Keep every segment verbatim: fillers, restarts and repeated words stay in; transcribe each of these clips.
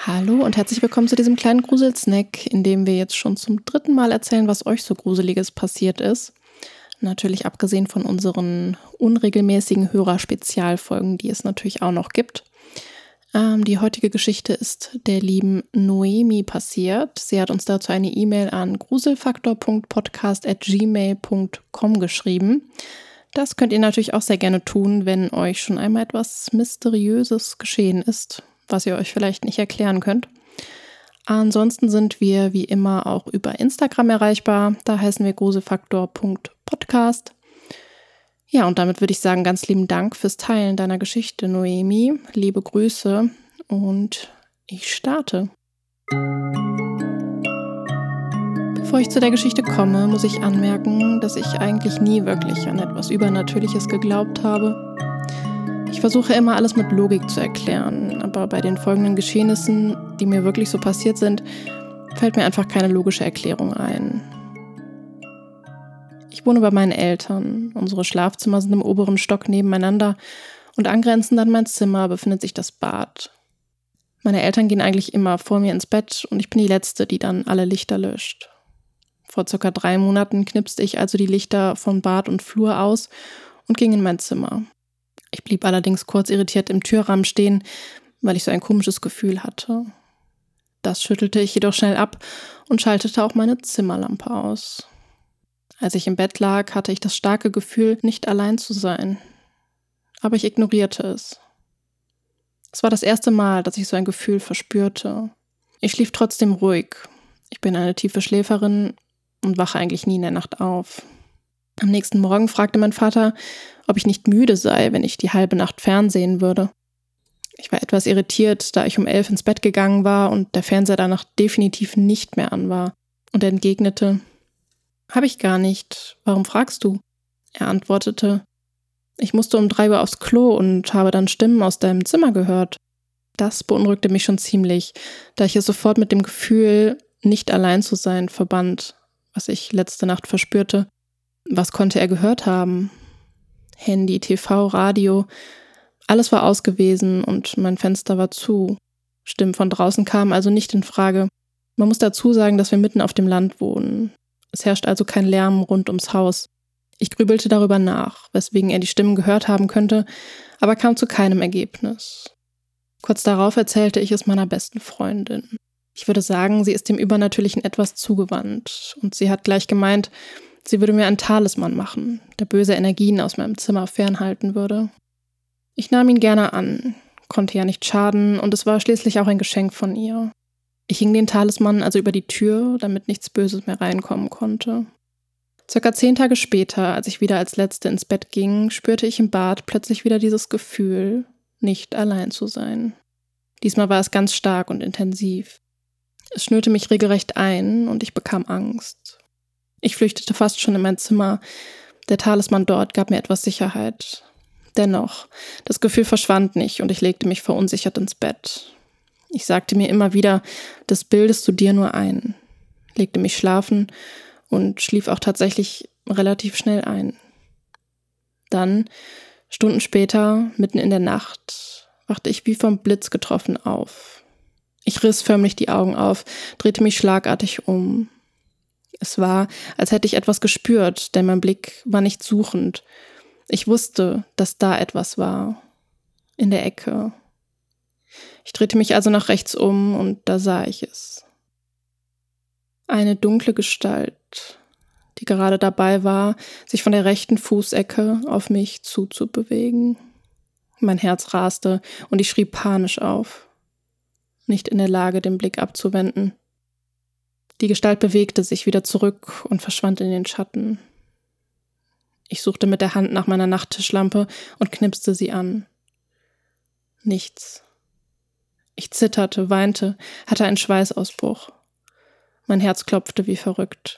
Hallo und herzlich willkommen zu diesem kleinen Gruselsnack, in dem wir jetzt schon zum dritten Mal erzählen, was euch so Gruseliges passiert ist. Natürlich abgesehen von unseren unregelmäßigen Hörer-Spezialfolgen, die es natürlich auch noch gibt. Ähm, die heutige Geschichte ist der lieben Noemi passiert. Sie hat uns dazu eine E-Mail an gruselfaktor punkt podcast at gmail punkt com geschrieben. Das könnt ihr natürlich auch sehr gerne tun, wenn euch schon einmal etwas Mysteriöses geschehen ist, was ihr euch vielleicht nicht erklären könnt. Ansonsten sind wir wie immer auch über Instagram erreichbar. Da heißen wir gruselfaktor punkt podcast. Ja, und damit würde ich sagen, ganz lieben Dank fürs Teilen deiner Geschichte, Noemi. Liebe Grüße und ich starte. Bevor ich zu der Geschichte komme, muss ich anmerken, dass ich eigentlich nie wirklich an etwas Übernatürliches geglaubt habe. Ich versuche immer, alles mit Logik zu erklären, aber bei den folgenden Geschehnissen, die mir wirklich so passiert sind, fällt mir einfach keine logische Erklärung ein. Ich wohne bei meinen Eltern. Unsere Schlafzimmer sind im oberen Stock nebeneinander und angrenzend an mein Zimmer befindet sich das Bad. Meine Eltern gehen eigentlich immer vor mir ins Bett und ich bin die Letzte, die dann alle Lichter löscht. Vor circa drei Monaten knipste ich also die Lichter von Bad und Flur aus und ging in mein Zimmer. Ich blieb allerdings kurz irritiert im Türrahmen stehen, weil ich so ein komisches Gefühl hatte. Das schüttelte ich jedoch schnell ab und schaltete auch meine Zimmerlampe aus. Als ich im Bett lag, hatte ich das starke Gefühl, nicht allein zu sein. Aber ich ignorierte es. Es war das erste Mal, dass ich so ein Gefühl verspürte. Ich schlief trotzdem ruhig. Ich bin eine tiefe Schläferin und wache eigentlich nie in der Nacht auf. Am nächsten Morgen fragte mein Vater, ob ich nicht müde sei, wenn ich die halbe Nacht fernsehen würde. Ich war etwas irritiert, da ich um elf ins Bett gegangen war und der Fernseher danach definitiv nicht mehr an war, und er entgegnete: »Hab ich gar nicht. Warum fragst du?« Er antwortete: »Ich musste um drei Uhr aufs Klo und habe dann Stimmen aus deinem Zimmer gehört.« Das beunruhigte mich schon ziemlich, da ich es sofort mit dem Gefühl, nicht allein zu sein, verband, was ich letzte Nacht verspürte. Was konnte er gehört haben? Handy, T V, Radio, alles war aus gewesen und mein Fenster war zu. Stimmen von draußen kamen also nicht in Frage. Man muss dazu sagen, dass wir mitten auf dem Land wohnen. Es herrscht also kein Lärm rund ums Haus. Ich grübelte darüber nach, weswegen er die Stimmen gehört haben könnte, aber kam zu keinem Ergebnis. Kurz darauf erzählte ich es meiner besten Freundin. Ich würde sagen, sie ist dem Übernatürlichen etwas zugewandt und sie hat gleich gemeint, sie würde mir einen Talisman machen, der böse Energien aus meinem Zimmer fernhalten würde. Ich nahm ihn gerne an, konnte ja nicht schaden und es war schließlich auch ein Geschenk von ihr. Ich hing den Talisman also über die Tür, damit nichts Böses mehr reinkommen konnte. Circa zehn Tage später, als ich wieder als Letzte ins Bett ging, spürte ich im Bad plötzlich wieder dieses Gefühl, nicht allein zu sein. Diesmal war es ganz stark und intensiv. Es schnürte mich regelrecht ein und ich bekam Angst. Ich flüchtete fast schon in mein Zimmer. Der Talisman dort gab mir etwas Sicherheit. Dennoch, das Gefühl verschwand nicht und ich legte mich verunsichert ins Bett. Ich sagte mir immer wieder, das bildest du dir nur ein, legte mich schlafen und schlief auch tatsächlich relativ schnell ein. Dann, Stunden später, mitten in der Nacht, wachte ich wie vom Blitz getroffen auf. Ich riss förmlich die Augen auf, drehte mich schlagartig um. Es war, als hätte ich etwas gespürt, denn mein Blick war nicht suchend. Ich wusste, dass da etwas war. In der Ecke. Ich drehte mich also nach rechts um und da sah ich es. Eine dunkle Gestalt, die gerade dabei war, sich von der rechten Fußecke auf mich zuzubewegen. Mein Herz raste und ich schrie panisch auf, nicht in der Lage, den Blick abzuwenden. Die Gestalt bewegte sich wieder zurück und verschwand in den Schatten. Ich suchte mit der Hand nach meiner Nachttischlampe und knipste sie an. Nichts. Ich zitterte, weinte, hatte einen Schweißausbruch. Mein Herz klopfte wie verrückt.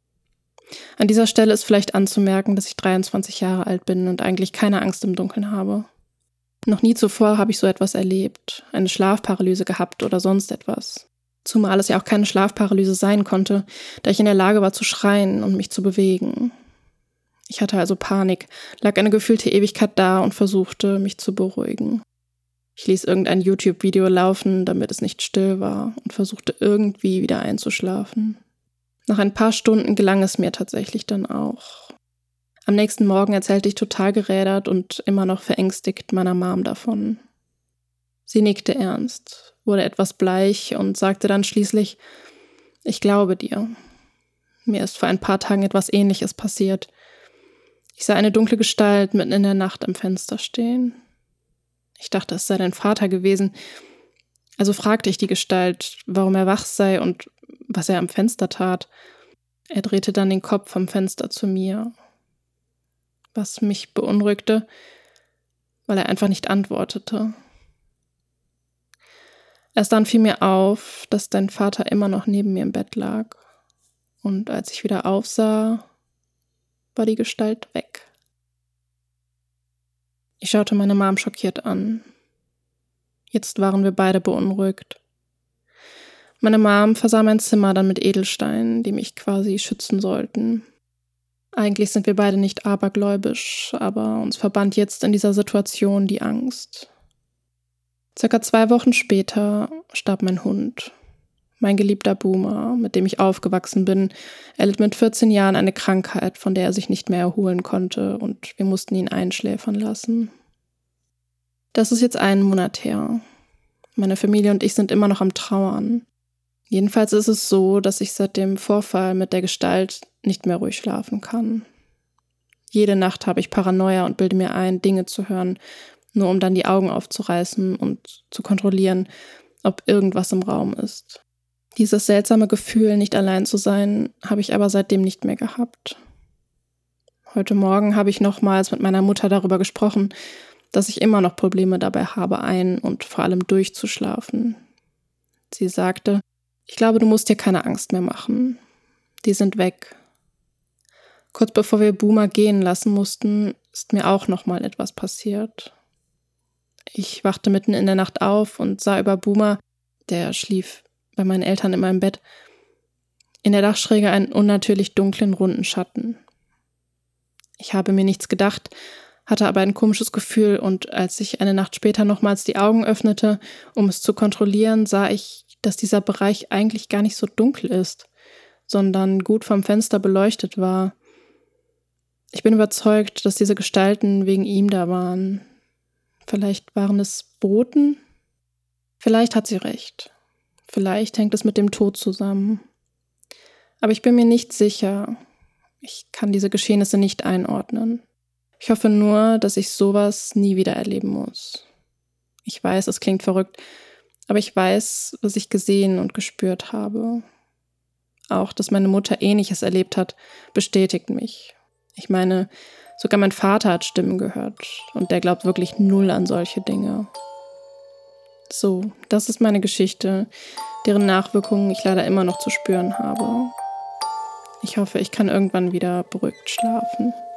An dieser Stelle ist vielleicht anzumerken, dass ich dreiundzwanzig Jahre alt bin und eigentlich keine Angst im Dunkeln habe. Noch nie zuvor habe ich so etwas erlebt, eine Schlafparalyse gehabt oder sonst etwas. Zumal es ja auch keine Schlafparalyse sein konnte, da ich in der Lage war zu schreien und mich zu bewegen. Ich hatte also Panik, lag eine gefühlte Ewigkeit da und versuchte, mich zu beruhigen. Ich ließ irgendein YouTube-Video laufen, damit es nicht still war, und versuchte irgendwie wieder einzuschlafen. Nach ein paar Stunden gelang es mir tatsächlich dann auch. Am nächsten Morgen erzählte ich total gerädert und immer noch verängstigt meiner Mom davon. Sie nickte ernst, wurde etwas bleich und sagte dann schließlich: Ich glaube dir. Mir ist vor ein paar Tagen etwas Ähnliches passiert. Ich sah eine dunkle Gestalt mitten in der Nacht am Fenster stehen. Ich dachte, es sei dein Vater gewesen. Also fragte ich die Gestalt, warum er wach sei und was er am Fenster tat. Er drehte dann den Kopf vom Fenster zu mir, was mich beunruhigte, weil er einfach nicht antwortete. Erst dann fiel mir auf, dass dein Vater immer noch neben mir im Bett lag. Und als ich wieder aufsah, war die Gestalt weg. Ich schaute meine Mom schockiert an. Jetzt waren wir beide beunruhigt. Meine Mom versah mein Zimmer dann mit Edelsteinen, die mich quasi schützen sollten. Eigentlich sind wir beide nicht abergläubisch, aber uns verband jetzt in dieser Situation die Angst. Circa zwei Wochen später starb mein Hund. Mein geliebter Boomer, mit dem ich aufgewachsen bin, erlitt mit vierzehn Jahren eine Krankheit, von der er sich nicht mehr erholen konnte, und wir mussten ihn einschläfern lassen. Das ist jetzt einen Monat her. Meine Familie und ich sind immer noch am Trauern. Jedenfalls ist es so, dass ich seit dem Vorfall mit der Gestalt nicht mehr ruhig schlafen kann. Jede Nacht habe ich Paranoia und bilde mir ein, Dinge zu hören, nur um dann die Augen aufzureißen und zu kontrollieren, ob irgendwas im Raum ist. Dieses seltsame Gefühl, nicht allein zu sein, habe ich aber seitdem nicht mehr gehabt. Heute Morgen habe ich nochmals mit meiner Mutter darüber gesprochen, dass ich immer noch Probleme dabei habe, ein- und vor allem durchzuschlafen. Sie sagte: Ich glaube, du musst dir keine Angst mehr machen. Die sind weg. Kurz bevor wir Boomer gehen lassen mussten, ist mir auch nochmal etwas passiert. Ich wachte mitten in der Nacht auf und sah über Boomer, der schlief bei meinen Eltern in meinem Bett, in der Dachschräge einen unnatürlich dunklen, runden Schatten. Ich habe mir nichts gedacht, hatte aber ein komisches Gefühl, und als ich eine Nacht später nochmals die Augen öffnete, um es zu kontrollieren, sah ich, dass dieser Bereich eigentlich gar nicht so dunkel ist, sondern gut vom Fenster beleuchtet war. Ich bin überzeugt, dass diese Gestalten wegen ihm da waren. Vielleicht waren es Boten? Vielleicht hat sie recht. Vielleicht hängt es mit dem Tod zusammen. Aber ich bin mir nicht sicher. Ich kann diese Geschehnisse nicht einordnen. Ich hoffe nur, dass ich sowas nie wieder erleben muss. Ich weiß, es klingt verrückt, aber ich weiß, was ich gesehen und gespürt habe. Auch, dass meine Mutter Ähnliches erlebt hat, bestätigt mich. Ich meine, sogar mein Vater hat Stimmen gehört und der glaubt wirklich null an solche Dinge. So, das ist meine Geschichte, deren Nachwirkungen ich leider immer noch zu spüren habe. Ich hoffe, ich kann irgendwann wieder beruhigt schlafen.